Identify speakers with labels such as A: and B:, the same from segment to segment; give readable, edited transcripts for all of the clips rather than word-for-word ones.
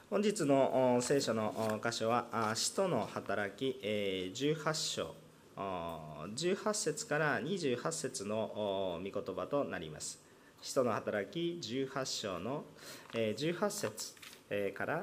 A: 本日の聖書の箇所は、使徒の働き18章18節から28節の御言葉となります。使徒の働き18章の18節から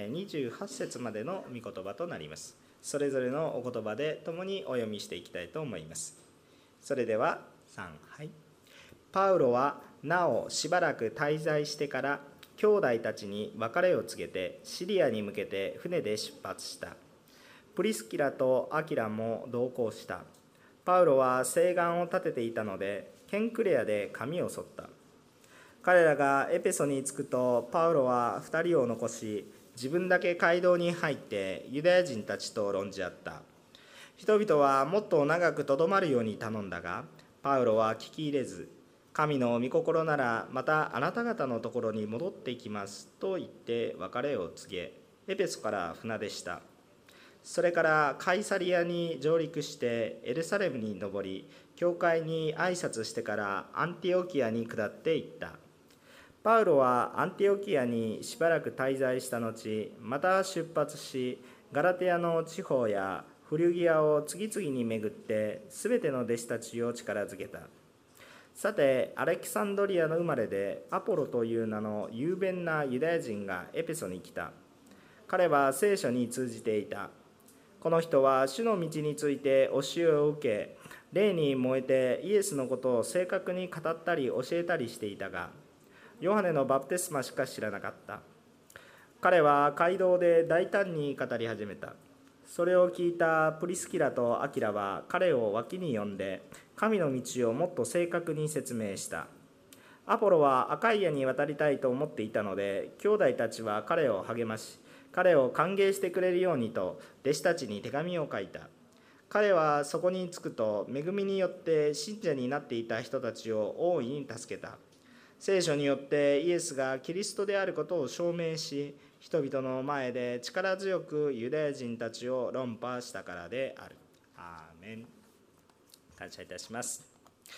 A: 28節までの御言葉となります。それぞれのお言葉で共にお読みしていきたいと思います。それでは3、はい。パウロはなおしばらく滞在してから兄弟たちに別れを告げてシリアに向けて船で出発した。プリスキラとアキラも同行した。パウロは誓願を立てていたのでケンクレアで髪を剃った。彼らがエペソに着くとパウロは2人を残し自分だけ街道に入ってユダヤ人たちと論じ合った。人々はもっと長くとどまるように頼んだがパウロは聞き入れず、神の御心ならまたあなた方のところに戻ってきますと言って別れを告げ、エペソから船出した。それからカイサリアに上陸してエルサレムに登り、教会に挨拶してからアンティオキアに下っていった。パウロはアンティオキアにしばらく滞在した後、また出発し、ガラテヤの地方やフリュギアを次々に巡ってすべての弟子たちを力づけた。さてアレキサンドリアの生まれでアポロという名の雄弁なユダヤ人がエペソに来た。彼は聖書に通じていた。この人は主の道について教えを受け、霊に燃えてイエスのことを正確に語ったり教えたりしていたが、ヨハネのバプテスマしか知らなかった。彼は街道で大胆に語り始めた。それを聞いたプリスキラとアキラは彼を脇に呼んで神の道をもっと正確に説明した。アポロはアカイアに渡りたいと思っていたので、兄弟たちは彼を励まし、彼を歓迎してくれるようにと弟子たちに手紙を書いた。彼はそこに着くと恵みによって信者になっていた人たちを大いに助けた。聖書によってイエスがキリストであることを証明し、人々の前で力強くユダヤ人たちを論破したからである。アーメン。感謝いたします。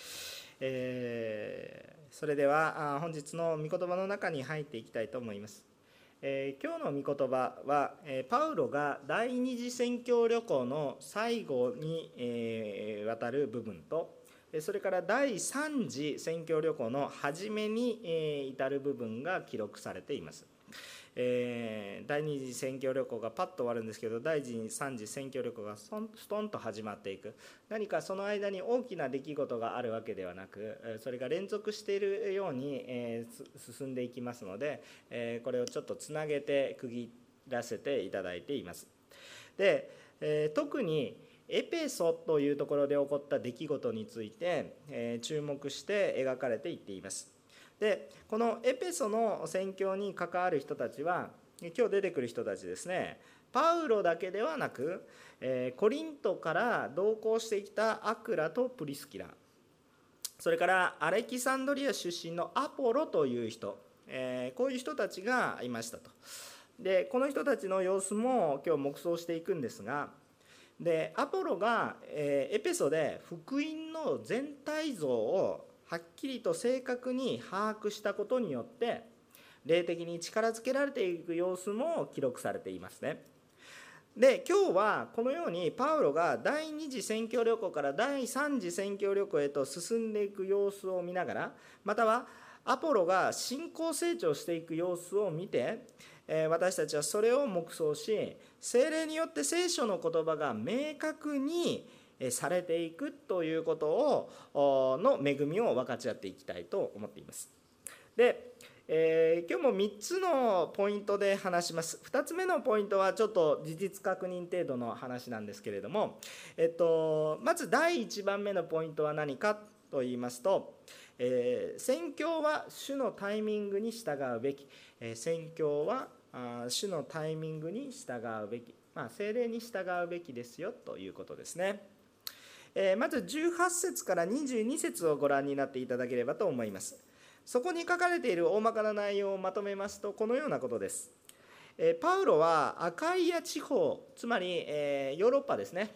A: それでは本日の御言葉の中に入っていきたいと思います。今日の御言葉はパウロが第二次宣教旅行の最後にわたる部分と、それから第三次宣教旅行の初めに至る部分が記録されています。第二次宣教旅行がパッと終わるんですけど、第三次宣教旅行がストンと始まっていく。何かその間に大きな出来事があるわけではなく、それが連続しているように進んでいきますので、これをちょっとつなげて区切らせていただいています。で、特にエペソというところで起こった出来事について、注目して描かれていっています。で、このエペソの宣教に関わる人たちは、今日出てくる人たちですね、パウロだけではなく、コリントから同行してきたアクラとプリスキラ、それからアレキサンドリア出身のアポロという人、こういう人たちがいましたと。で、この人たちの様子も今日黙想していくんですが、でアポロがエペソで福音の全体像をはっきりと正確に把握したことによって霊的に力づけられていく様子も記録されていますね。で、今日はこのようにパウロが第二次宣教旅行から第三次宣教旅行へと進んでいく様子を見ながら、またはアポロが信仰成長していく様子を見て、私たちはそれを黙想し、聖霊によって聖書の言葉が明確にされていくということの恵みを分かち合っていきたいと思っています。で、今日も3つのポイントで話します。2つ目のポイントはちょっと事実確認程度の話なんですけれども、まず第1番目のポイントは何かと言いますと、宣教は主のタイミングに従うべき、宣教は主のタイミングに従うべき、聖霊に従うべきですよということですね。まず18節から22節をご覧になっていただければと思います。そこに書かれている大まかな内容をまとめますと、このようなことです。パウロはアカイア地方、つまりヨーロッパですね、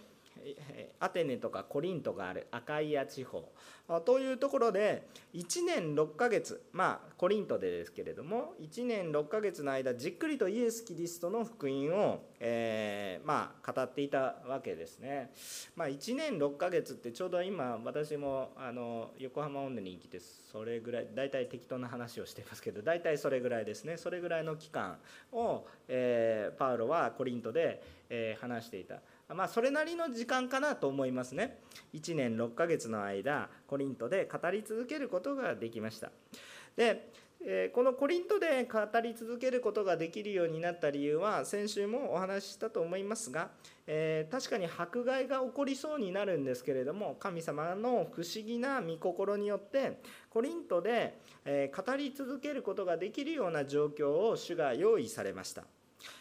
A: アテネとかコリントがあるアカイア地方というところで1年6ヶ月、コリントでですけれども1年6ヶ月の間じっくりとイエス・キリストの福音を、語っていたわけですね。1年6ヶ月ってちょうど今私も横浜オンデに来てそれぐらい大体適当な話をしていますけど大体それぐらいですね。それぐらいの期間を、パウロはコリントで、話していた。それなりの時間かなと思いますね。1年6ヶ月の間コリントで語り続けることができました。でこのコリントで語り続けることができるようになった理由は先週もお話ししたと思いますが、確かに迫害が起こりそうになるんですけれども神様の不思議な御心によってコリントで語り続けることができるような状況を主が用意されました。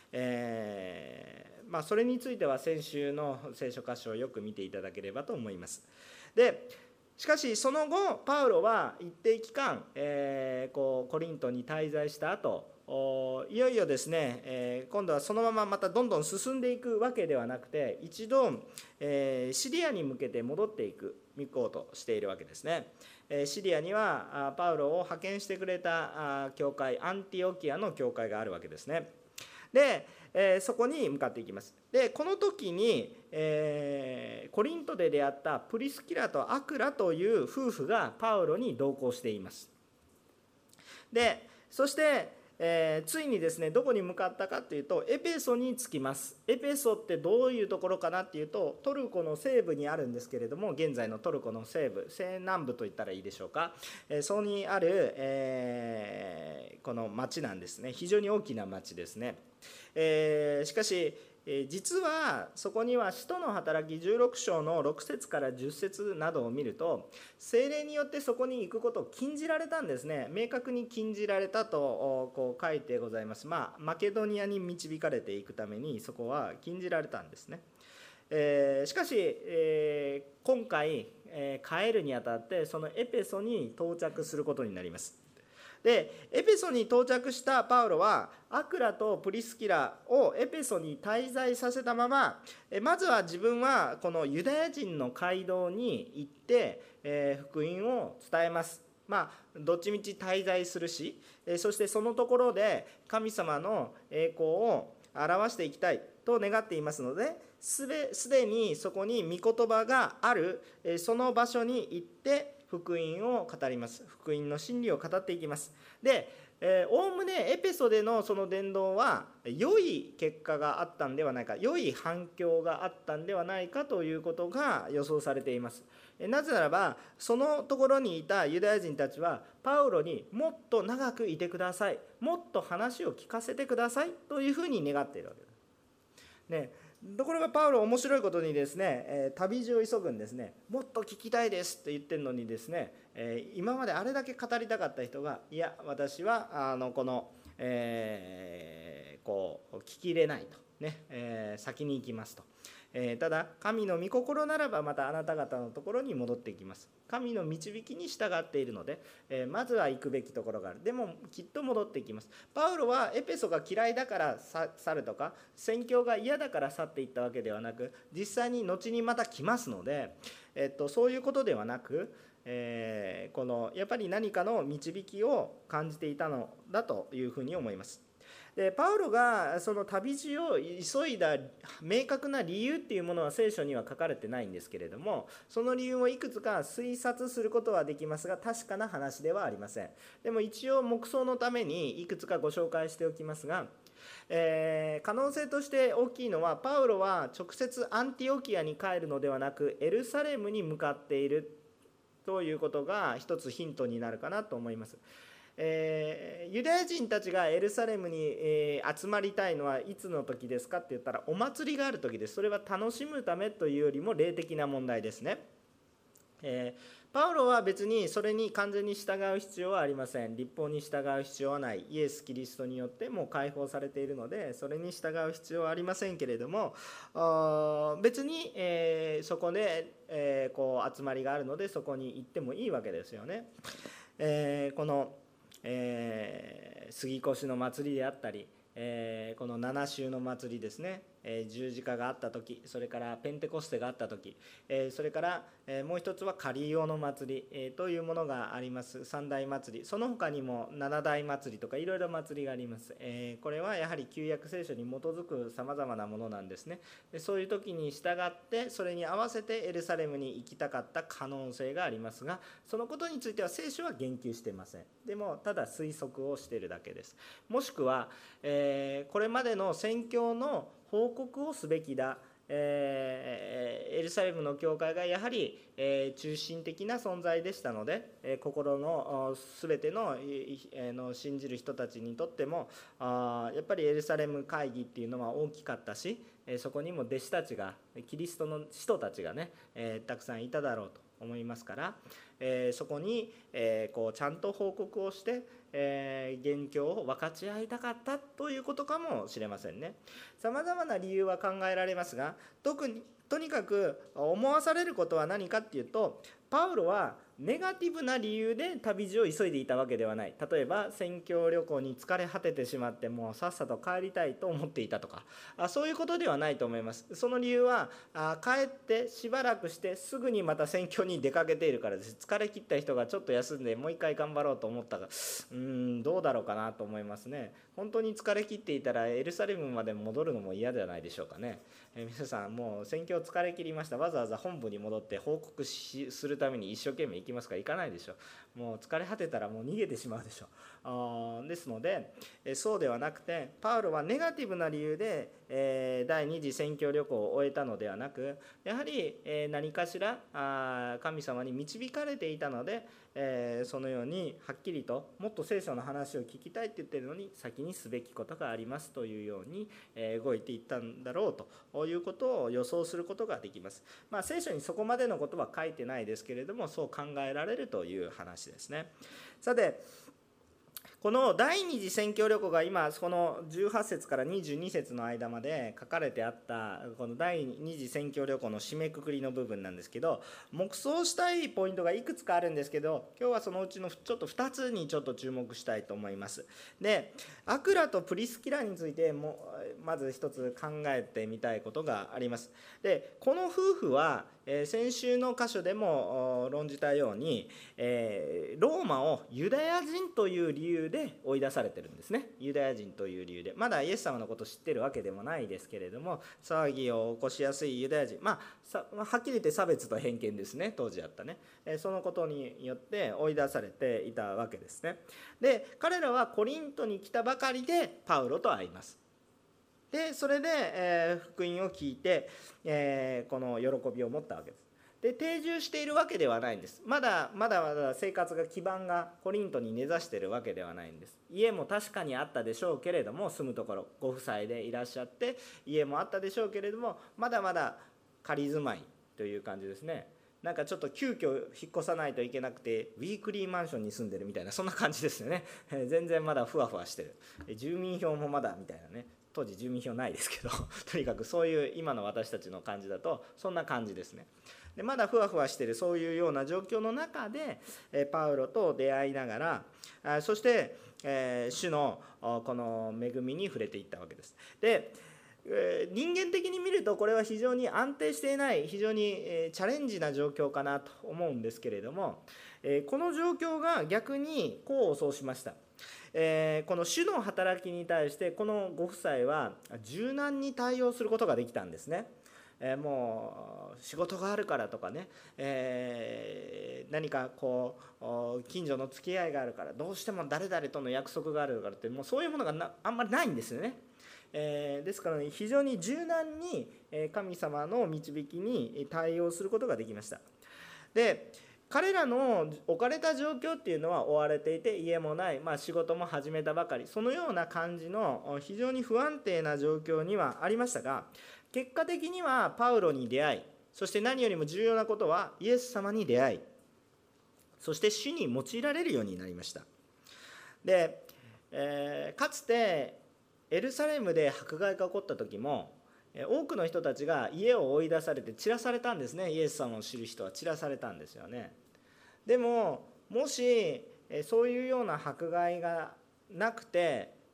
A: それについては先週の聖書箇所をよく見ていただければと思います。でしかしその後パウロは一定期間、コリントに滞在した後いよいよですね、今度はそのまままたどんどん進んでいくわけではなくて一度、シリアに向けて戻っていこうとしているわけですね。シリアにはパウロを派遣してくれた教会アンティオキアの教会があるわけですね。でそこに向かっていきます。でこの時に、コリントで出会ったプリスキラとアクラという夫婦がパウロに同行しています。でそして、ついにですねどこに向かったかというとエペソに着きます。エペソってどういうところかなっていうとトルコの西部にあるんですけれども現在のトルコの西部西南部といったらいいでしょうか、そこにある、この町なんですね。非常に大きな町ですね。しかし実はそこには使徒の働き16章の6節から10節などを見ると聖霊によってそこに行くことを禁じられたんですね。明確に禁じられたとこう書いてございます。マケドニアに導かれていくためにそこは禁じられたんですね。しかし、今回、帰るにあたってそのエペソに到着することになります。でエペソに到着したパウロはアクラとプリスキラをエペソに滞在させたまままずは自分はこのユダヤ人の街道に行って、福音を伝えます。どっちみち滞在するしそしてそのところで神様の栄光を表していきたいと願っていますのですでにそこに御言葉があるその場所に行って福音を語ります。福音の真理を語っていきます。でおおむねエペソでのその伝道は良い結果があったんではないか、良い反響があったんではないかということが予想されています。なぜならばそのところにいたユダヤ人たちはパウロにもっと長くいてください、もっと話を聞かせてくださいというふうに願っているわけですね。ところがパウロ面白いことにですね、旅路を急ぐんですね。もっと聞きたいですって言ってるのにですね、今まであれだけ語りたかった人がいや私はこの、こう聞き入れないとね、先に行きますと。ただ神の御心ならばまたあなた方のところに戻っていきます。神の導きに従っているので、まずは行くべきところがある。でもきっと戻っていきます。パウロはエペソが嫌いだから去るとか宣教が嫌だから去っていったわけではなく実際に後にまた来ますので、そういうことではなく、このやっぱり何かの導きを感じていたのだというふうに思います。でパウロがその旅路を急いだ明確な理由っていうものは聖書には書かれてないんですけれどもその理由をいくつか推察することはできますが確かな話ではありません。でも一応黙想のためにいくつかご紹介しておきますが、可能性として大きいのはパウロは直接アンティオキアに帰るのではなくエルサレムに向かっているということが一つヒントになるかなと思います。ユダヤ人たちがエルサレムに、集まりたいのはいつの時ですかって言ったらお祭りがある時です。それは楽しむためというよりも霊的な問題ですね。パウロは別にそれに完全に従う必要はありません。律法に従う必要はない。イエス・キリストによってもう解放されているのでそれに従う必要はありませんけれども別に、そこで、こう集まりがあるのでそこに行ってもいいわけですよね。この杉越の祭りであったり、この七週の祭りですね、 十字架があった時、それからペンテコステがあった時、それからもう一つはカリオの祭りというものがあります。三大祭り、その他にも七大祭りとかいろいろ祭りがあります。これはやはり旧約聖書に基づくさまざまなものなんですね。そういう時に従ってそれに合わせてエルサレムに行きたかった可能性がありますが、そのことについては聖書は言及していません。でもただ推測をしているだけです。もしくは、これまでの宣教の報告をすべきだ、エルサレムの教会がやはり中心的な存在でしたので、心のすべての信じる人たちにとってもやっぱりエルサレム会議っていうのは大きかったし、そこにも弟子たちが、キリストの使徒たちがねたくさんいただろうと思いますから、そこにこうちゃんと報告をして元凶を分かち合いたかったということかもしれませんね。さまざまな理由は考えられますが、とにかく思わされることは何かっていうと、パウロはネガティブな理由で旅路を急いでいたわけではない。例えば宣教旅行に疲れ果ててしまってもうさっさと帰りたいと思っていたとか、そういうことではないと思います。その理由は帰ってしばらくしてすぐにまた宣教に出かけているからです。疲れ切った人がちょっと休んでもう一回頑張ろうと思ったが、どうだろうかなと思いますね。本当に疲れ切っていたらエルサレムまで戻るのも嫌じゃないでしょうかね。皆さんもう宣教疲れ切りました、わざわざ本部に戻って報告するために一生懸命行きますか？行かないでしょ。もう疲れ果てたらもう逃げてしまうでしょ。ですのでそうではなくて、パウロはネガティブな理由で第二次宣教旅行を終えたのではなく、やはり何かしら神様に導かれていたので、そのようにはっきりともっと聖書の話を聞きたいって言ってるのに先にすべきことがありますというように動いていったんだろうということを予想することができます。聖書にそこまでのことは書いてないですけれども、そう考えられるという話ですね。さて、この第二次宣教旅行が今この18節から22節の間まで書かれてあったこの第二次宣教旅行の締めくくりの部分なんですけど、黙想したいポイントがいくつかあるんですけど、今日はそのうちのちょっと2つにちょっと注目したいと思います。で、アクラとプリスキラについてもまず一つ考えてみたいことがあります。で、この夫婦は先週の箇所でも論じたようにローマをユダヤ人という理由で追い出されてるんですね。ユダヤ人という理由で、まだイエス様のことを知ってるわけでもないですけれども、騒ぎを起こしやすいユダヤ人、はっきり言って差別と偏見ですね、当時あったね。そのことによって追い出されていたわけですね。で、彼らはコリントに来たばかりでパウロと会います。でそれで、福音を聞いて、この喜びを持ったわけです。で、定住しているわけではないんです。まだ生活が基盤がコリントに根ざしているわけではないんです。家も確かにあったでしょうけれども、住むところご夫妻でいらっしゃって家もあったでしょうけれども、まだまだ仮住まいという感じですね。なんかちょっと急遽引っ越さないといけなくてウィークリーマンションに住んでるみたいな、そんな感じですよね。全然まだふわふわしてる。住民票もまだみたいなね。当時住民票ないですけどとにかくそういう今の私たちの感じだとそんな感じですね。で、まだふわふわしているそういうような状況の中でパウロと出会いながら、そして主のこの恵みに触れていったわけです。で、人間的に見るとこれは非常に安定していない、非常にチャレンジな状況かなと思うんですけれども、この状況が逆に功を奏しました。この主の働きに対してこのご夫妻は柔軟に対応することができたんですね。もう仕事があるからとかね、何かこう近所の付き合いがあるから、どうしても誰々との約束があるからって、もうそういうものがあんまりないんですよね。ですから、ね、非常に柔軟に神様の導きに対応することができました。で、彼らの置かれた状況っていうのは追われていて家もない、仕事も始めたばかり、そのような感じの非常に不安定な状況にはありましたが、結果的にはパウロに出会い、そして何よりも重要なことはイエス様に出会い、そして主に用いられるようになりました。で、かつてエルサレムで迫害が起こった時も多くの人たちが家を追い出されて散らされたんですね。イエス様を知る人は散らされたんですよね。でももしそういうような迫害がなくて、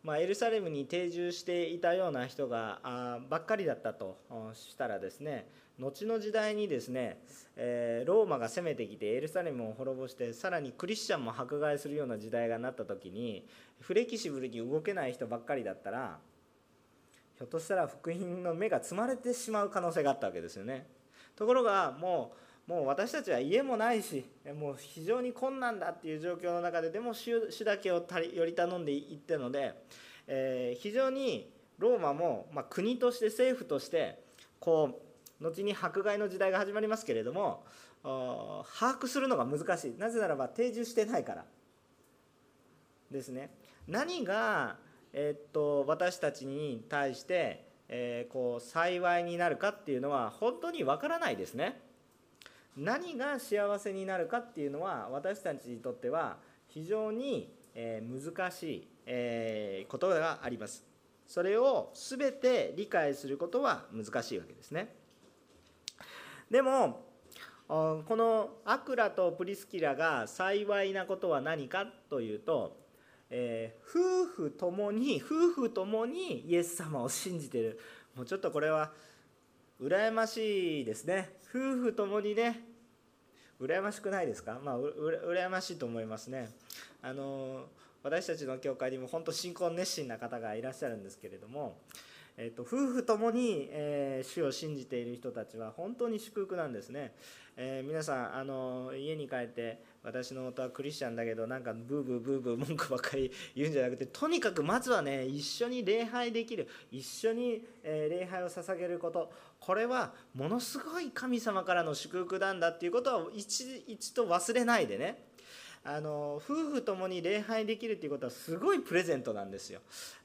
A: エルサレムに定住していたような人がばっかりだったとしたらですね、後の時代にですね、ローマが攻めてきてエルサレムを滅ぼして、さらにクリスチャンも迫害するような時代がなった時に、フレキシブルに動けない人ばっかりだったら、ひょっとしたら福音の目が摘まれてしまう可能性があったわけですよね。ところがもう私たちは家もないし、もう非常に困難だっていう状況の中で、でも主だけをより頼んでいったので、非常にローマも、国として政府としてこう後に迫害の時代が始まりますけれども、把握するのが難しい。なぜならば定住してないからですね。何が私たちに対して、幸いになるかっていうのは本当にわからないですね。何が幸せになるかっていうのは私たちにとっては非常に難しいことがあります。それを全て理解することは難しいわけですね。でもこのアクラとプリスキラが幸いなことは何かというと、夫婦ともにイエス様を信じている。もうちょっとこれは羨ましいですね。夫婦ともにね、羨ましくないですか？羨ましいと思いますね。私たちの教会にも本当信仰熱心な方がいらっしゃるんですけれども、夫婦ともに、主を信じている人たちは本当に祝福なんですね。皆さん家に帰って私の夫はクリスチャンだけどなんかブーブーブーブー文句ばっかり言うんじゃなくて、とにかくまずはね、一緒に礼拝できる、一緒に礼拝を捧げること、これはものすごい神様からの祝福なんだっていうことは一度忘れないでね、夫婦ともに礼拝できるっていうことはすごいプレゼントなんですよ。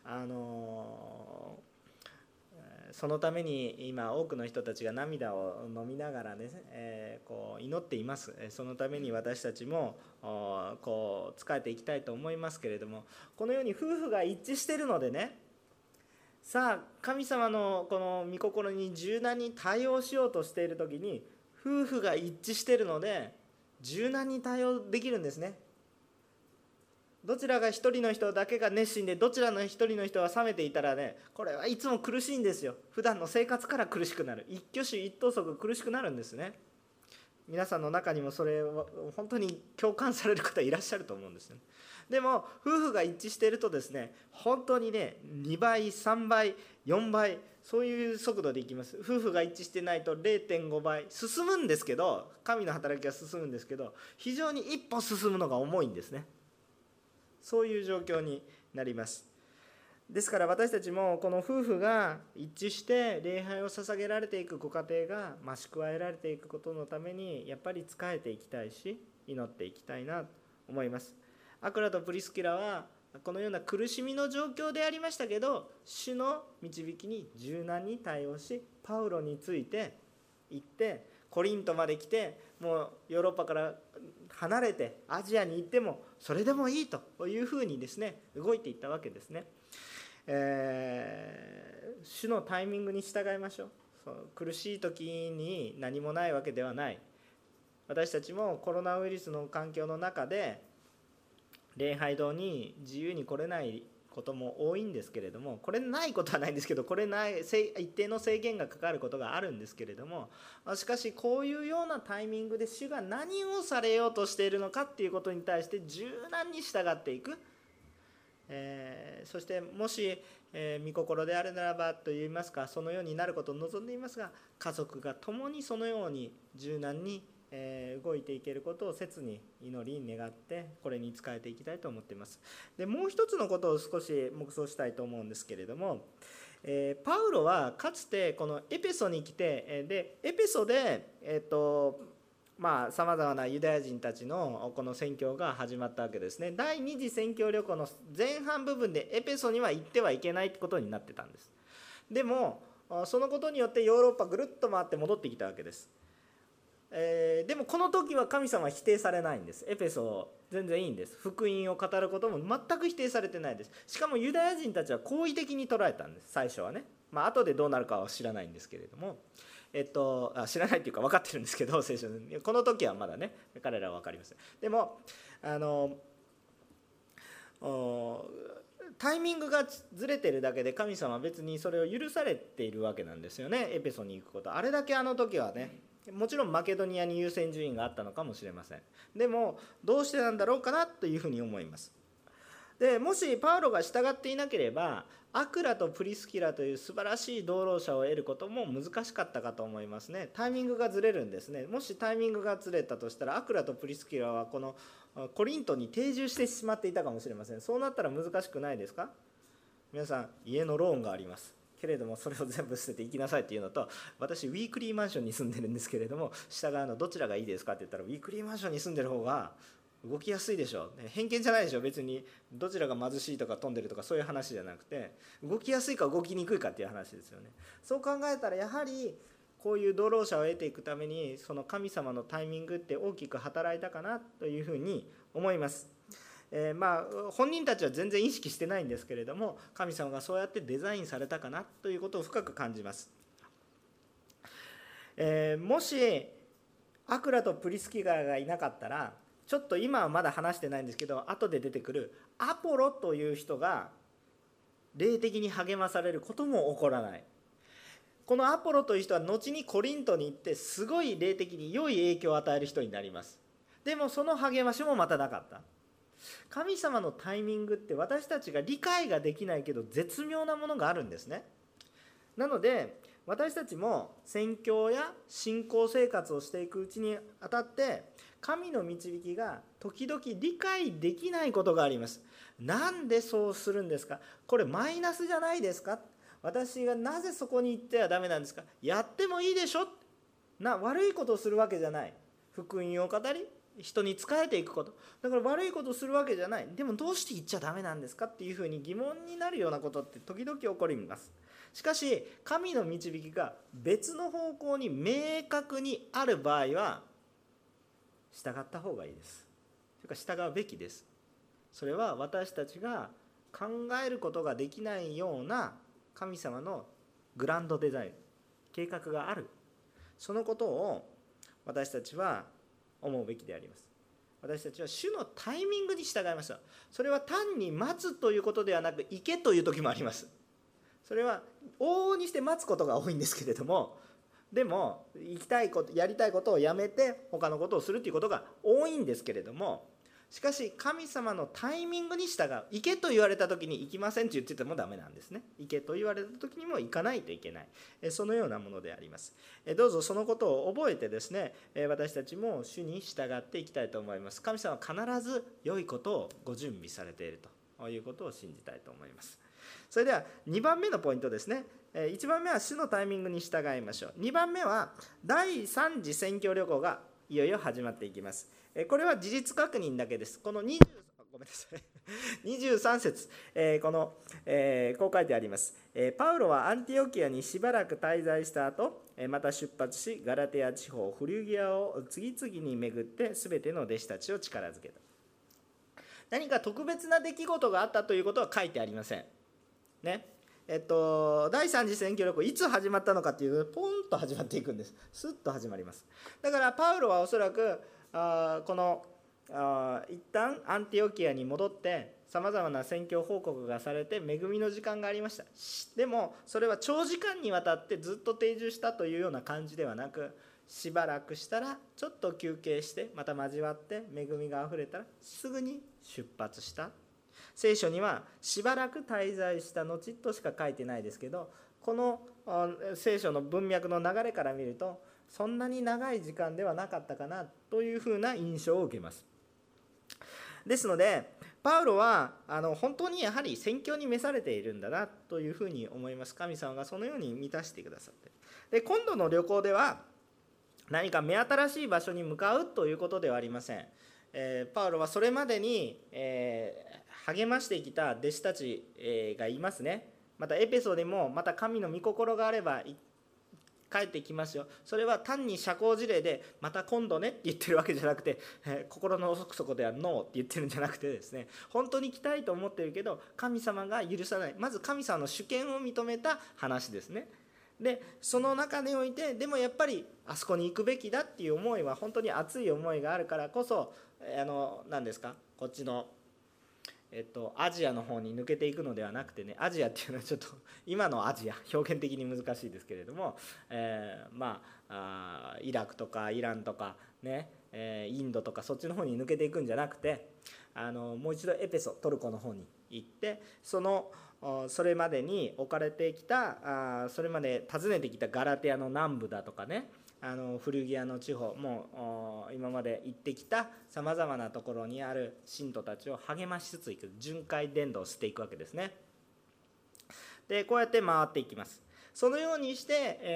A: そのために今多くの人たちが涙を飲みながらね、祈っています。そのために私たちも仕えていきたいと思いますけれども、このように夫婦が一致しているのでね、さあ神様のこの御心に柔軟に対応しようとしている時に、夫婦が一致しているので柔軟に対応できるんですね。どちらが一人の人だけが熱心でどちらの一人の人は冷めていたらね、これはいつも苦しいんですよ。普段の生活から苦しくなる、一挙手一投足苦しくなるんですね。皆さんの中にもそれを本当に共感される方いらっしゃると思うんですよね。でも夫婦が一致しているとですね、本当にね、2倍3倍4倍そういう速度でいきます。夫婦が一致してないと 0.5 倍進むんですけど、神の働きは進むんですけど、非常に一歩進むのが重いんですね。そういう状況になります。ですから私たちもこの夫婦が一致して礼拝を捧げられていくご家庭が増し加えられていくことのためにやっぱり仕えていきたいし、祈っていきたいなと思います。アクラとプリスキラはこのような苦しみの状況でありましたけど、主の導きに柔軟に対応し、パウロについて行ってコリントまで来て、もうヨーロッパから離れてアジアに行ってもそれでもいいというふうにですね、動いていったわけですね。主のタイミングに従いましょう。苦しい時に何もないわけではない。私たちもコロナウイルスの環境の中で礼拝堂に自由に来れないことも多いんですけれども、これないことはないんですけど、これない一定の制限がかかることがあるんですけれども、しかしこういうようなタイミングで主が何をされようとしているのかっていうことに対して柔軟に従っていく、そしてもし、御心であるならばといいますか、そのようになることを望んでいますが、家族が共にそのように柔軟に動いていけることを切に祈り願って、これに仕えていきたいと思っています。でもう一つのことを少し黙想したいと思うんですけれども、パウロはかつてこのエペソに来て、でエペソでさまざまなユダヤ人たちのこの宣教が始まったわけですね。第二次宣教旅行の前半部分でエペソには行ってはいけないことになってたんです。でもそのことによってヨーロッパぐるっと回って戻ってきたわけです。でもこの時は神様は否定されないんです。エペソ全然いいんです。福音を語ることも全く否定されてないです。しかもユダヤ人たちは好意的に捉えたんです、最初はね。後でどうなるかは知らないんですけれども、知らないっていうか分かってるんですけど、聖書でこの時はまだね、彼らは分かりません。でもタイミングがずれてるだけで神様は別にそれを許されているわけなんですよね。エペソに行くこと、あれだけあの時はね、もちろんマケドニアに優先順位があったのかもしれません。でもどうしてなんだろうかなというふうに思います。でもしパウロが従っていなければアクラとプリスキラという素晴らしい同労者を得ることも難しかったかと思いますね。タイミングがずれるんですね。もしタイミングがずれたとしたらアクラとプリスキラはこのコリントに定住してしまっていたかもしれません。そうなったら難しくないですか。皆さん、家のローンがありますけれども、それを全部捨てて行きなさいっていうのと、私ウィークリーマンションに住んでるんですけれども、下側のどちらがいいですかって言ったら、ウィークリーマンションに住んでる方が動きやすいでしょ。偏見じゃないでしょ。別にどちらが貧しいとか飛んでるとかそういう話じゃなくて、動きやすいか動きにくいかっていう話ですよね。そう考えたらやはりこういう同労者を得ていくためにその神様のタイミングって大きく働いたかなというふうに思います。本人たちは全然意識してないんですけれども、神様がそうやってデザインされたかなということを深く感じます。もしアクラとプリスキラがいなかったら、ちょっと今はまだ話してないんですけど、後で出てくるアポロという人が霊的に励まされることも起こらない。このアポロという人は後にコリントに行ってすごい霊的に良い影響を与える人になります。でもその励ましもまたなかった。神様のタイミングって私たちが理解ができないけど絶妙なものがあるんですね。なので私たちも宣教や信仰生活をしていくうちにあたって神の導きが時々理解できないことがあります。なんでそうするんですか。これマイナスじゃないですか。私がなぜそこに行ってはダメなんですか。やってもいいでしょ。悪いことをするわけじゃない。福音を語り人に仕えていくこと、だから悪いことをするわけじゃない。でもどうして言っちゃダメなんですかっていうふうに疑問になるようなことって時々起こります。しかし神の導きが別の方向に明確にある場合は従った方がいいです。というか従うべきです。それは私たちが考えることができないような神様のグランドデザイン、計画がある。そのことを私たちは思うべきであります。私たちは主のタイミングに従いました。それは単に待つということではなく、行けという時もあります。それは往々にして待つことが多いんですけれども、でも行きたいこと、やりたいことをやめて他のことをするということが多いんですけれども、しかし神様のタイミングに従う。行けと言われた時に行きませんと言っててもダメなんですね。行けと言われた時にも行かないといけない、そのようなものであります。どうぞそのことを覚えてですね、私たちも主に従っていきたいと思います。神様は必ず良いことをご準備されているということを信じたいと思います。それでは2番目のポイントですね。1番目は主のタイミングに従いましょう。2番目は第3次宣教旅行がいよいよ始まっていきます。これは事実確認だけです。この23節、こう書いてあります。パウロはアンティオキアにしばらく滞在した後、また出発しガラテア地方フリュギアを次々に巡って全ての弟子たちを力づけた。何か特別な出来事があったということは書いてありませんね。第3次宣教旅行いつ始まったのかというと、ポンと始まっていくんです。スッと始まります。だからパウロはおそらくこの一旦アンティオキアに戻ってさまざまな宣教報告がされて恵みの時間がありました。でもそれは長時間にわたってずっと定住したというような感じではなく、しばらくしたらちょっと休憩してまた交わって恵みがあふれたらすぐに出発した。聖書にはしばらく滞在した後としか書いてないですけど、この聖書の文脈の流れから見るとそんなに長い時間ではなかったかなというふうな印象を受けます。ですのでパウロは本当にやはり宣教に召されているんだなというふうに思います。神様がそのように満たしてくださって、で今度の旅行では何か目新しい場所に向かうということではありません。パウロはそれまでに、励ましてきた弟子たち、がいますね。またエペソでもまた神の御心があれば帰ってきますよ。それは単に社交辞令でまた今度ねって言ってるわけじゃなくて、心の奥底ではノーって言ってるんじゃなくてですね、本当に来たいと思ってるけど神様が許さない、まず神様の主権を認めた話ですね。でその中においてでもやっぱりあそこに行くべきだっていう思いは本当に熱い思いがあるからこそ何ですか、こっちのアジアの方に抜けていくのではなくてね、アジアっていうのはちょっと今のアジア表現的に難しいですけれども、イラクとかイランとかね、インドとかそっちの方に抜けていくんじゃなくて、もう一度エペソ、トルコの方に行って、それまでに置かれてきた、それまで訪ねてきたガラテヤの南部だとかね、フルギアの地方、もう今まで行ってきたさまざまなところにある信徒たちを励ましつついく、巡回伝道をしていくわけですね。でこうやって回っていきます。そのようにして、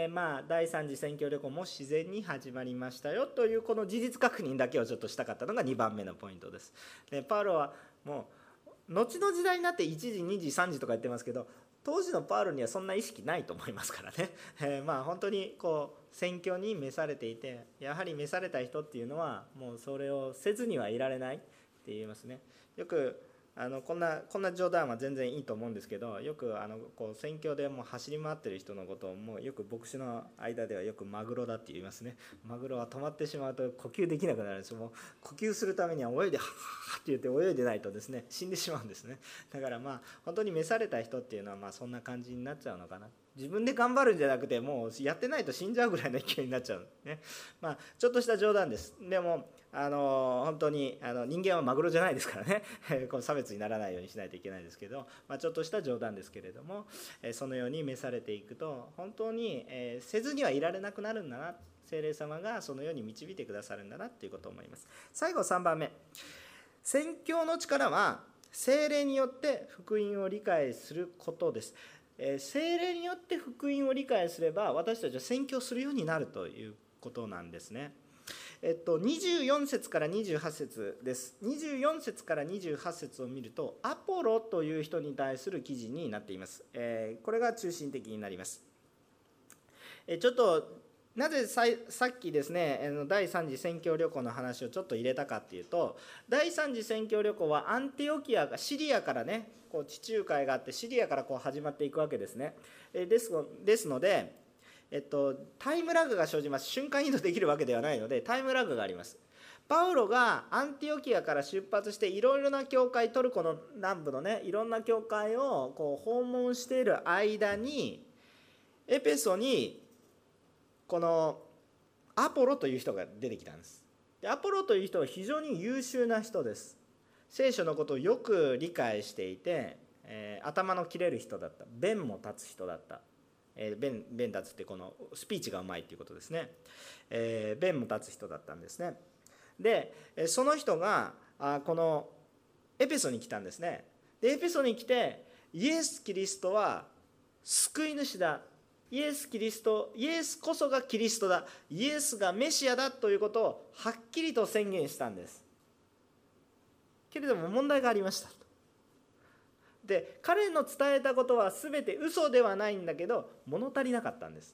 A: 第3次宣教旅行も自然に始まりましたよというこの事実確認だけをちょっとしたかったのが2番目のポイントです。でパウロはもう後の時代になって1時2時3時とか言ってますけど、当時のパウロにはそんな意識ないと思いますからね、本当に宣教に召されていて、やはり召された人っていうのはもうそれをせずにはいられないって言いますね。よくこんな冗談は全然いいと思うんですけど、よく宣教でもう走り回ってる人のことをもうよく牧師の間ではよくマグロだって言いますね。マグロは止まってしまうと呼吸できなくなるんです。もう呼吸するためには泳いではーって言って泳いでないとですね、死んでしまうんですね。だから本当に召された人っていうのはそんな感じになっちゃうのかな。自分で頑張るんじゃなくて、もうやってないと死んじゃうぐらいの勢いになっちゃうね。ちょっとした冗談です。でも本当に人間はマグロじゃないですからねこの差別にならないようにしないといけないですけど、ちょっとした冗談ですけれども、そのように召されていくと本当にせずにはいられなくなるんだな、聖霊様がそのように導いてくださるんだなということを思います。最後3番目、宣教の力は聖霊によって福音を理解することです。聖霊によって福音を理解すれば私たちは宣教するようになるということなんですね。24節から28節です。24節から28節を見ると、アポロという人に対する記事になっています。これが中心的になります。ちょっとなぜさっきですね、第3次宣教旅行の話をちょっと入れたかっていうと、第3次宣教旅行はアンティオキアがシリアからね、地中海があってシリアから始まっていくわけですね。ですのでタイムラグが生じます。瞬間移動できるわけではないのでタイムラグがあります。パウロがアンティオキアから出発していろいろな教会、トルコの南部のねいろんな教会を訪問している間に、エペソにこのアポロという人が出てきたんです。でアポロという人は非常に優秀な人です。聖書のことをよく理解していて、頭の切れる人だった。弁も立つ人だった。弁立つってこのスピーチがうまいっていうことですね。弁も立つ人だったんですね。でその人がこのエペソに来たんですね。でエペソに来て、イエス・キリストは救い主だ、イエスこそがキリストだ、イエスがメシアだということをはっきりと宣言したんです。けれども問題がありました。で彼の伝えたことは全て嘘ではないんだけど物足りなかったんです。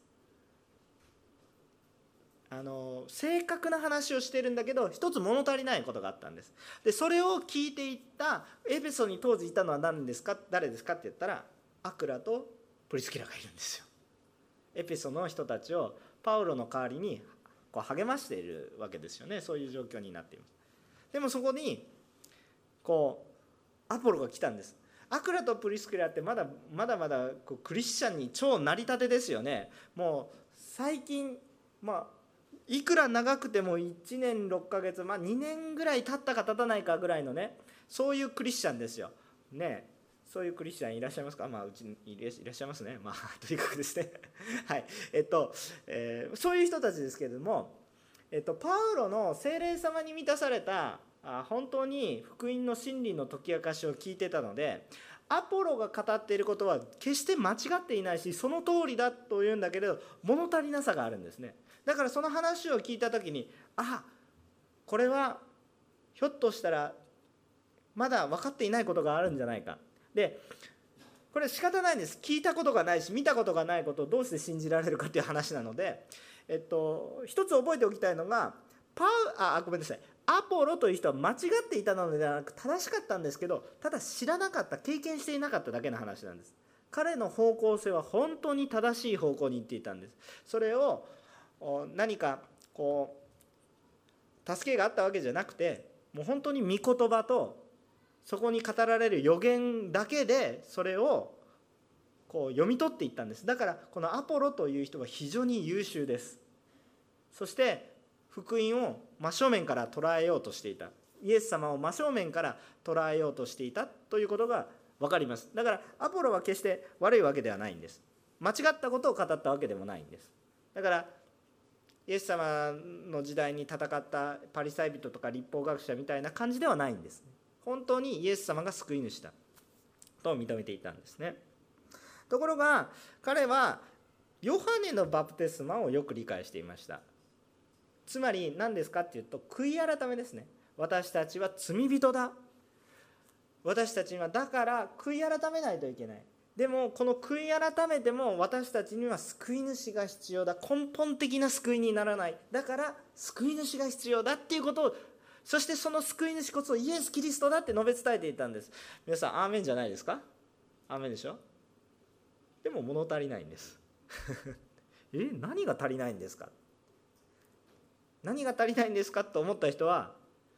A: 正確な話をしてるんだけど一つ物足りないことがあったんです。でそれを聞いていったエペソに当時いたのは誰ですかって言ったら、アクラとプリスキラがいるんですよ。エペソの人たちをパウロの代わりに励ましているわけですよね。そういう状況になっています。でもそこにアポロが来たんです。アクラとプリスキラってまだクリスチャンに超成り立てですよね。もう最近いくら長くても1年6ヶ月、2年ぐらい経ったか経たないかぐらいのね、そういうクリスチャンですよね。そういうクリスチャンいらっしゃいますか？うちにいらっしゃいますね。とにかくですねはいそういう人たちですけれども、パウロの聖霊様に満たされた本当に福音の真理の解き明かしを聞いてたので、アポロが語っていることは決して間違っていないし、その通りだというんだけれど物足りなさがあるんですね。だからその話を聞いた時に、これはひょっとしたらまだ分かっていないことがあるんじゃないか。でこれ仕方ないんです。聞いたことがないし見たことがないことをどうして信じられるかという話なので、一つ覚えておきたいのが、ごめんなさい、アポロという人は間違っていたのではなく正しかったんですけど、ただ知らなかった、経験していなかっただけの話なんです。彼の方向性は本当に正しい方向に行っていたんです。それを何か助けがあったわけじゃなくて、もう本当に御言葉とそこに語られる預言だけでそれをこう読み取っていったんです。だからこのアポロという人は非常に優秀です。そして福音を真正面から捉えようとしていた、イエス様を真正面から捉えようとしていたということが分かります。だからアポロは決して悪いわけではないんです。間違ったことを語ったわけでもないんです。だからイエス様の時代に戦ったパリサイ人とか律法学者みたいな感じではないんです。本当にイエス様が救い主だと認めていたんですね。ところが彼はヨハネのバプテスマをよく理解していました。つまり何ですかっていうと、悔い改めですね。私たちは罪人だ、私たちにはだから悔い改めないといけない。でもこの悔い改めても私たちには救い主が必要だ、根本的な救いにならない、だから救い主が必要だっていうことを、そしてその救い主こそイエス・キリストだって述べ伝えていたんです。皆さんアーメンじゃないですか。アーメンでしょ。でも物足りないんです何が足りないんですか、何が足りないんですかと思った人は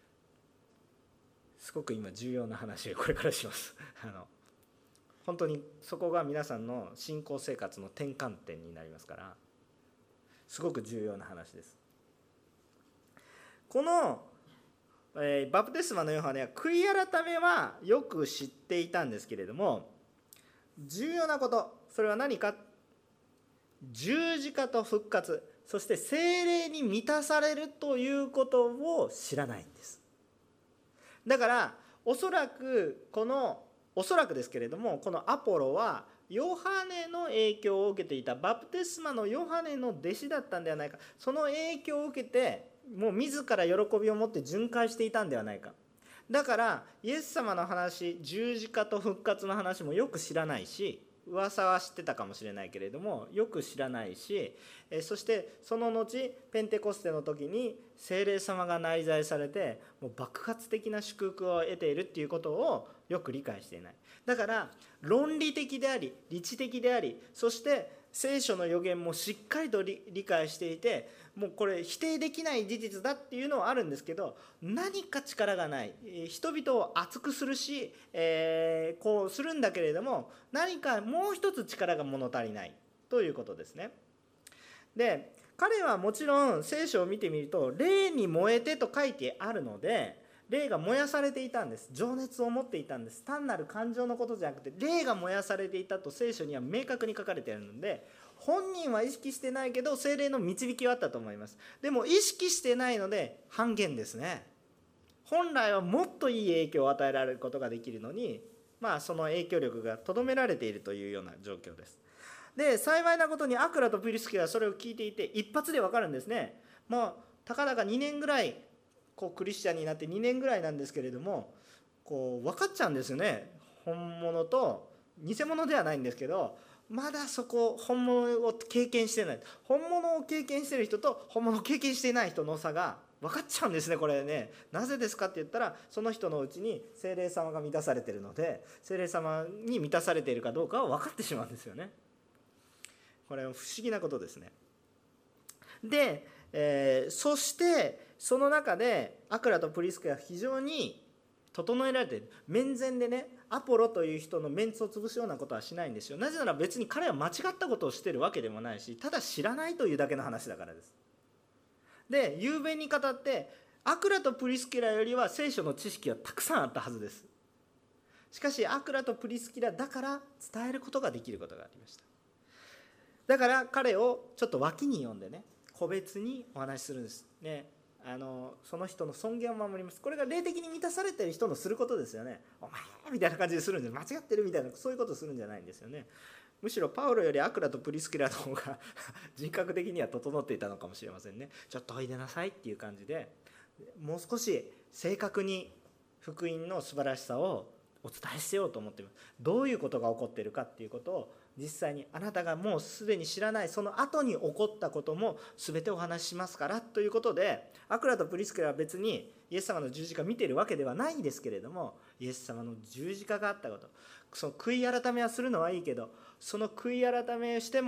A: すごく今重要な話をこれからします本当にそこが皆さんの信仰生活の転換点になりますから、すごく重要な話です。この、バプテスマのヨハネは悔い改めはよく知っていたんですけれども、重要なこと、それは何か、十字架と復活、そして聖霊に満たされるということを知らないんです。だからおそらくですけれども、このアポロはヨハネの影響を受けていた、バプテスマのヨハネの弟子だったんではないか、その影響を受けてもう自ら喜びを持って巡回していたんではないか。だからイエス様の話、十字架と復活の話もよく知らないし、噂は知ってたかもしれないけれどもよく知らないし、そしてその後ペンテコステの時に聖霊様が内在されてもう爆発的な祝福を得ているっていうことをよく理解していない。だから論理的であり理知的であり、そして聖書の予言もしっかりと理解していて、もうこれ否定できない事実だっていうのはあるんですけど、何か力がない、人々を熱くするし、こうするんだけれども、何かもう一つ力が物足りないということですね。で、彼はもちろん聖書を見てみると霊に燃えてと書いてあるので、霊が燃やされていたんです。情熱を持っていたんです。単なる感情のことじゃなくて霊が燃やされていたと聖書には明確に書かれているので、本人は意識してないけど聖霊の導きはあったと思います。でも意識してないので半減ですね。本来はもっといい影響を与えられることができるのに、その影響力がとどめられているというような状況です。で、幸いなことにアクラとプリスキラはそれを聞いていて一発で分かるんですね。たかだか2年ぐらいクリスチャンになって2年ぐらいなんですけれども、分かっちゃうんですよね。本物と偽物ではないんですけど、まだそこ本物を経験してない、本物を経験している人と本物を経験していない人の差が分かっちゃうんですね。これね、なぜですかって言ったら、その人のうちに聖霊様が満たされているので、聖霊様に満たされているかどうかは分かってしまうんですよね。これは不思議なことですね。で、そしてその中でアクラとプリスキラは非常に整えられている。面前でね、アポロという人のメンツを潰すようなことはしないんですよ。なぜなら別に彼は間違ったことをしているわけでもないし、ただ知らないというだけの話だからです。で、雄弁に語ってアクラとプリスキラよりは聖書の知識はたくさんあったはずです。しかしアクラとプリスキラだから伝えることができることがありました。だから彼をちょっと脇に呼んでね、個別にお話しするんですね。その人の尊厳を守ります。これが霊的に満たされている人のすることですよね。お前みたいな感じでするんで、間違ってるみたいな、そういうことをするんじゃないんですよね。むしろパウロよりアクラとプリスキラの方が人格的には整っていたのかもしれませんね。ちょっとおいでなさいっていう感じで、もう少し正確に福音の素晴らしさをお伝えしようと思っています。どういうことが起こっているかっていうことを実際にあなたがもうすでに知らないその後に起こったことも全てお話ししますからということで、アクラとプリスキラは別にイエス様の十字架を見ているわけではないんですけれども、イエス様の十字架があったこと、その悔い改めはするのはいいけど、その悔い改めをしても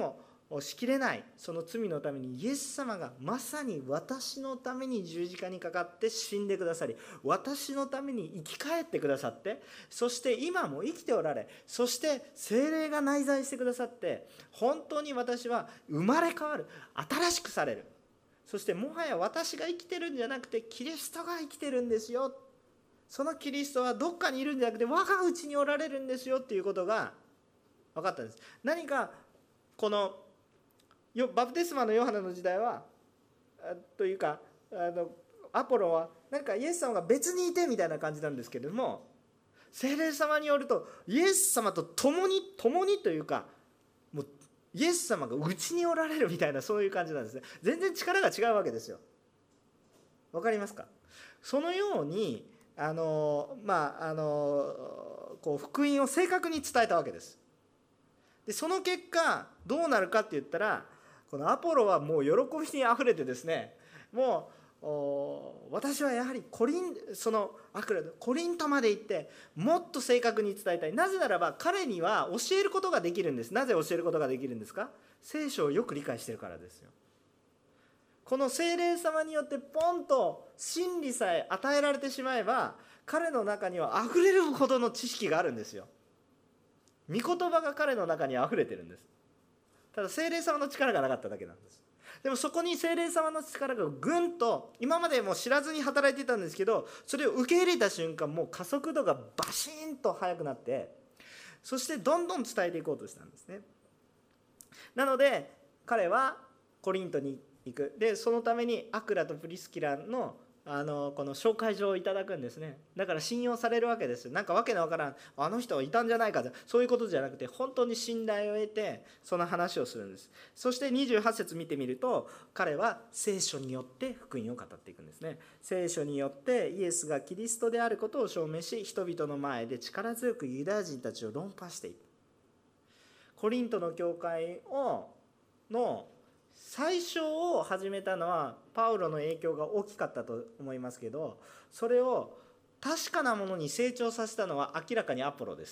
A: しきれないその罪のために、イエス様がまさに私のために十字架にかかって死んでくださり、私のために生き返ってくださって、そして今も生きておられ、そして聖霊が内在してくださって、本当に私は生まれ変わる、新しくされる。そしてもはや私が生きてるんじゃなくてキリストが生きてるんですよ。そのキリストはどっかにいるんじゃなくて我がうちにおられるんですよっていうことが分かったんです。何かこのバプテスマのヨハネの時代はというかアポロは何かイエス様が別にいてみたいな感じなんですけれども、聖霊様によるとイエス様と共にというか、もうイエス様がうちにおられるみたいな、そういう感じなんですね。全然力が違うわけですよ。わかりますか？そのようにこう福音を正確に伝えたわけです。でその結果どうなるかって言ったら、このアポロはもう喜びにあふれてですね、もう私はやはりコリントまで行ってもっと正確に伝えたい。なぜならば彼には教えることができるんです。なぜ教えることができるんですか？聖書をよく理解しているからですよ。この聖霊様によってポンと真理さえ与えられてしまえば、彼の中にはあふれるほどの知識があるんですよ。御言葉が彼の中にあふれてるんです。ただ聖霊様の力がなかっただけなんです。でもそこに聖霊様の力がぐんと、今までも知らずに働いていたんですけど、それを受け入れた瞬間、もう加速度がバシーンと速くなって、そしてどんどん伝えていこうとしたんですね。なので彼はコリントに行く。でそのためにアクラとプリスキラのこの紹介状をいただくんですね。だから信用されるわけです。なんかわけのわからんあの人はいたんじゃないか、そういうことじゃなくて、本当に信頼を得てその話をするんです。そして28節見てみると、彼は聖書によって福音を語っていくんですね。聖書によってイエスがキリストであることを証明し、人々の前で力強くユダヤ人たちを論破していく。コリントの教会の最初を始めたのはパウロの影響が大きかったと思いますけど、それを確かなものに成長させたのは明らかにアポロです。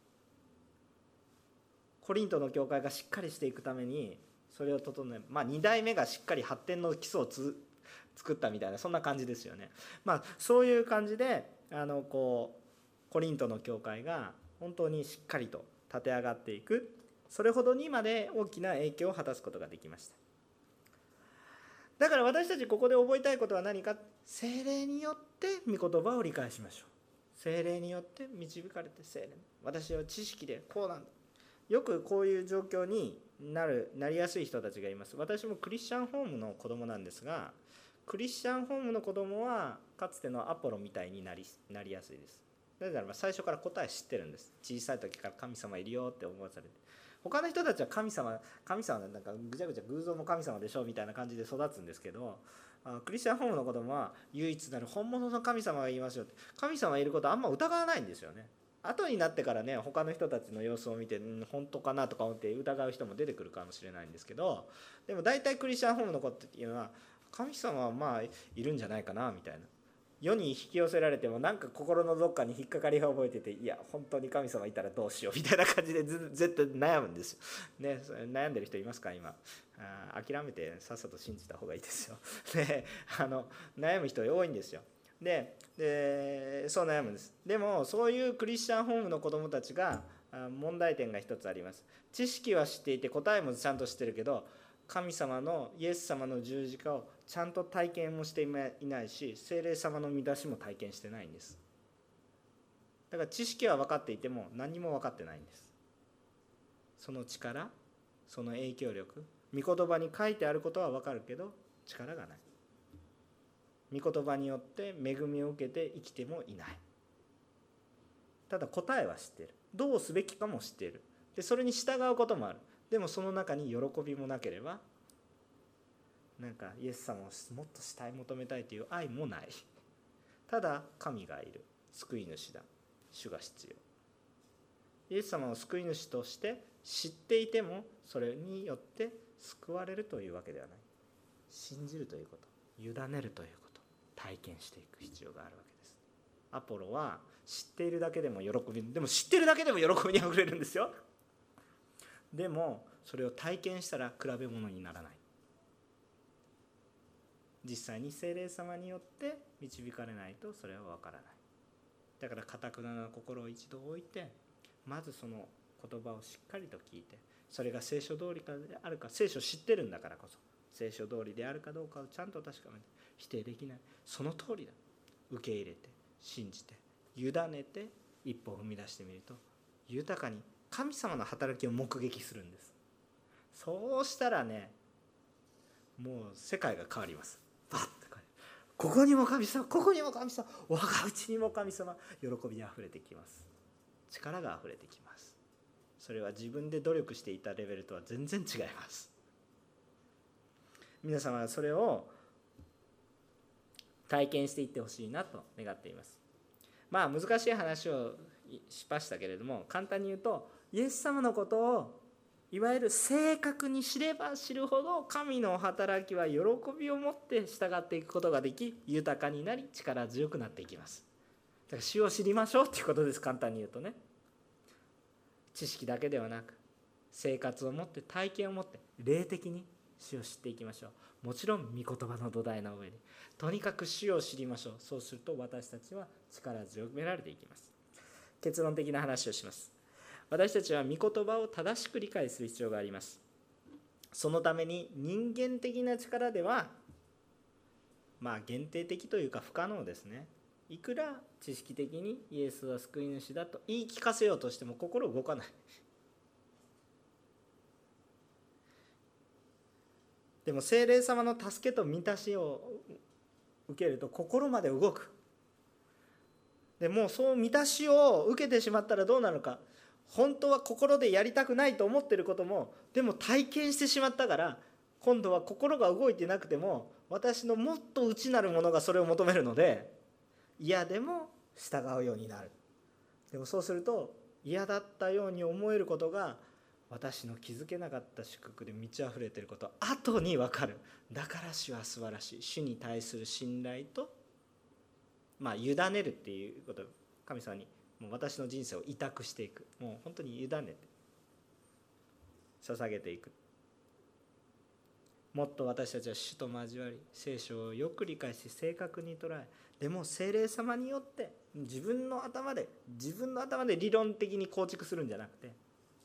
A: コリントの教会がしっかりしていくためにそれを整え、2代目がしっかり発展の基礎を作ったみたいな、そんな感じですよね。そういう感じでコリントの教会が本当にしっかりと立て上がっていく、それほどにまで大きな影響を果たすことができました。だから私たちここで覚えたいことは何か、聖霊によって御言葉を理解しましょう。聖霊によって導かれて、聖霊、私は知識でこうなんだ。よくこういう状況になりやすい人たちがいます。私もクリスチャンホームの子供なんですが、クリスチャンホームの子供はかつてのアポロみたいになりやすいです。なぜならば最初から答え知ってるんです。小さい時から神様いるよって思わされて、他の人たちは神様なんかぐちゃぐちゃ偶像も神様でしょみたいな感じで育つんですけど、クリスチャンホームの子供は唯一なる本物の神様がいますよって、神様がいることはあんま疑わないんですよね。後になってからね、他の人たちの様子を見て本当かなとか思って疑う人も出てくるかもしれないんですけど、でも大体クリスチャンホームの子っていうのは神様はいるんじゃないかなみたいな。世に引き寄せられてもなんか心のどっかに引っかかりが覚えてて、いや本当に神様いたらどうしようみたいな感じで絶対悩むんですよ、ね、悩んでる人いますか今？諦めてさっさと信じた方がいいですよ。で悩む人多いんですよ。でそう悩むんです。でもそういうクリスチャンホームの子どもたちが問題点が一つあります。知識は知っていて答えもちゃんと知ってるけど、神様のイエス様の十字架をちゃんと体験もしていないし、聖霊様の御出しも体験してないんです。だから知識は分かっていても何も分かってないんです。その力、その影響力、御言葉に書いてあることは分かるけど力がない。御言葉によって恵みを受けて生きてもいない。ただ答えは知っている、どうすべきかも知っている。でそれに従うこともある。でもその中に喜びもなければ、なんかイエス様をもっと慕い求めたいという愛もない。ただ神がいる、救い主だ、主が必要。イエス様を救い主として知っていてもそれによって救われるというわけではない。信じるということ、委ねるということ、体験していく必要があるわけです。アポロは知っているだけでも喜び、でも知っているだけでも喜びにあふれるんですよ。でもそれを体験したら比べ物にならない。実際に聖霊様によって導かれないとそれは分からない。だから堅くなな心を一度置いて、まずその言葉をしっかりと聞いて、それが聖書通りであるか、聖書を知ってるんだからこそ聖書通りであるかどうかをちゃんと確かめて、否定できない、その通りだ、受け入れて信じて委ねて一歩を踏み出してみると、豊かに神様の働きを目撃するんです。そうしたらね、もう世界が変わります。バッとここにも神様、ここにも神様、我が家にも神様、喜びにあふれてきます。力があふれてきます。それは自分で努力していたレベルとは全然違います。皆様はそれを体験していってほしいなと願っています。まあ難しい話をしましたけれども、簡単に言うと、イエス様のことをいわゆる正確に知れば知るほど、神の働きは喜びを持って従っていくことができ、豊かになり力強くなっていきます。だから主を知りましょうということです。簡単に言うとね、知識だけではなく生活を持って、体験を持って、霊的に主を知っていきましょう。もちろん御言葉の土台の上に、とにかく主を知りましょう。そうすると私たちは力強められていきます。結論的な話をします。私たちは御言葉を正しく理解する必要があります。そのために人間的な力では限定的というか不可能ですね。いくら知識的にイエスは救い主だと言い聞かせようとしても心動かない。でも聖霊様の助けと満たしを受けると心まで動く。でもうそう満たしを受けてしまったらどうなるか、本当は心でやりたくないと思っていることも、でも体験してしまったから、今度は心が動いてなくても私のもっと内なるものがそれを求めるので、嫌でも従うようになる。でもそうすると嫌だったように思えることが、私の気づけなかった祝福で満ち溢れていること後に分かる。だから主は素晴らしい。主に対する信頼と委ねるっていうこと、神様にもう私の人生を委託していく、もう本当に委ねて捧げていく。もっと私たちは主と交わり、聖書をよく理解し正確に捉え、でも聖霊様によって自分の頭で理論的に構築するんじゃなくて、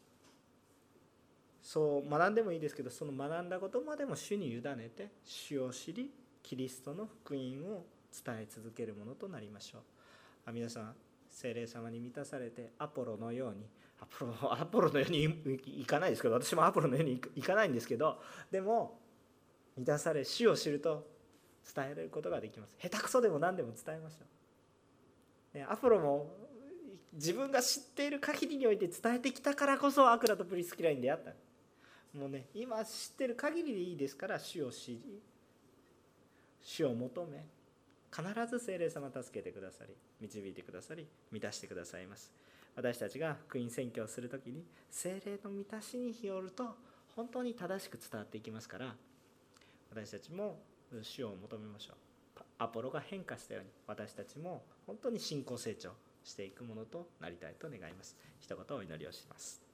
A: そう学んでもいいですけど、その学んだことまでも主に委ねて、主を知りキリストの福音を伝え続けるものとなりましょう。皆さん、聖霊様に満たされてアポロのように、アポロのようにいかないですけど、私もアポロのようにいかないんですけど、でも満たされ主を知ると伝えることができます。下手くそでも何でも伝えましょう。アポロも自分が知っている限りにおいて伝えてきたからこそアクラとプリスキラに出会った。もうね、今知ってる限りでいいですから、主を知り主を求め、必ず聖霊様助けてくださり、導いてくださり、満たしてくださいます。私たちが福音宣教をするときに聖霊の満たしによると本当に正しく伝わっていきますから、私たちも主を求めましょう。アポロが変化したように、私たちも本当に信仰成長していくものとなりたいと願います。一言お祈りをします。